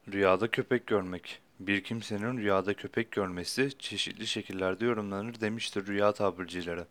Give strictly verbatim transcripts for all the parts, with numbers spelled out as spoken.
Rüyada köpek görmek. Bir kimsenin rüyada köpek görmesi çeşitli şekillerde yorumlanır demiştir rüya tabircileri.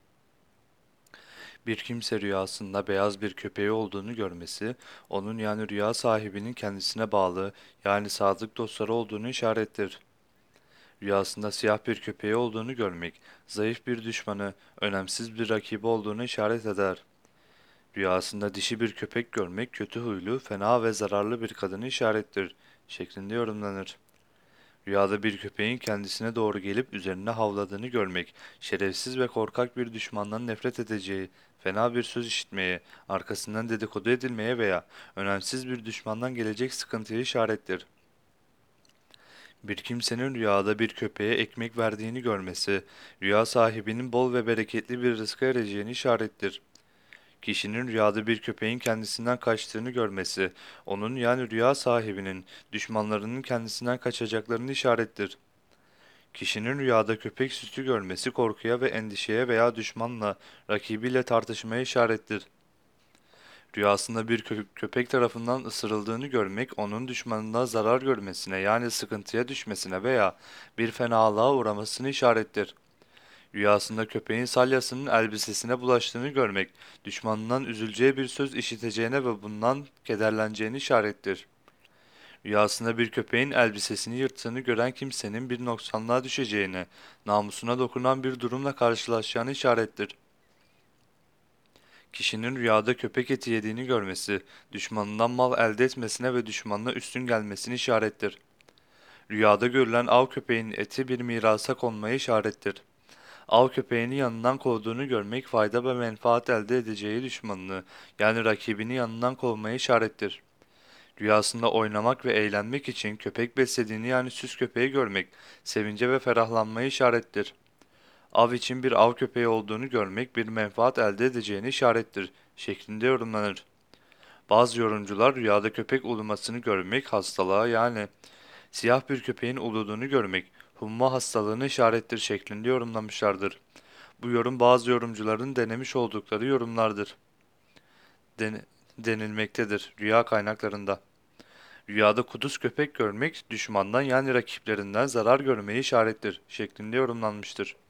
Bir kimse rüyasında beyaz bir köpeği olduğunu görmesi, onun yani rüya sahibinin kendisine bağlı, yani sadık dostları olduğunu işarettir. Rüyasında siyah bir köpeği olduğunu görmek, zayıf bir düşmanı, önemsiz bir rakibi olduğunu işaret eder. Rüyasında dişi bir köpek görmek, kötü huylu, fena ve zararlı bir kadını işarettir şeklinde yorumlanır. Rüyada bir köpeğin kendisine doğru gelip üzerine havladığını görmek, şerefsiz ve korkak bir düşmandan nefret edeceği, fena bir söz işitmeye, arkasından dedikodu edilmeye veya önemsiz bir düşmandan gelecek sıkıntıya işarettir. Bir kimsenin rüyada bir köpeğe ekmek verdiğini görmesi, rüya sahibinin bol ve bereketli bir rızka ereceğini işarettir. Kişinin rüyada bir köpeğin kendisinden kaçtığını görmesi, onun yani rüya sahibinin düşmanlarının kendisinden kaçacaklarını işarettir. Kişinin rüyada köpek sütü görmesi korkuya ve endişeye veya düşmanla, rakibiyle tartışmaya işarettir. Rüyasında bir kö- köpek tarafından ısırıldığını görmek onun düşmanından zarar görmesine yani sıkıntıya düşmesine veya bir fenalığa uğramasını işarettir. Rüyasında köpeğin salyasının elbisesine bulaştığını görmek, düşmanından üzüleceği bir söz işiteceğine ve bundan kederleneceğini işarettir. Rüyasında bir köpeğin elbisesini yırttığını gören kimsenin bir noksanlığa düşeceğini, namusuna dokunan bir durumla karşılaşacağını işarettir. Kişinin rüyada köpek eti yediğini görmesi, düşmanından mal elde etmesine ve düşmanına üstün gelmesini işarettir. Rüyada görülen av köpeğinin eti bir mirasa konmayı işarettir. Av köpeğini yanından kovduğunu görmek fayda ve menfaat elde edeceği düşmanını, yani rakibini yanından kovmayı işarettir. Rüyasında oynamak ve eğlenmek için köpek beslediğini yani süs köpeği görmek, sevince ve ferahlanmayı işarettir. Av için bir av köpeği olduğunu görmek bir menfaat elde edeceğini işarettir şeklinde yorumlanır. Bazı yorumcular rüyada köpek ulumasını görmek hastalığa yani siyah bir köpeğin uluduğunu görmek humma hastalığını işarettir şeklinde yorumlamışlardır. Bu yorum bazı yorumcuların denemiş oldukları yorumlardır. Den denilmektedir rüya kaynaklarında. Rüyada kuduz köpek görmek düşmandan yani rakiplerinden zarar görmeyi işarettir şeklinde yorumlanmıştır.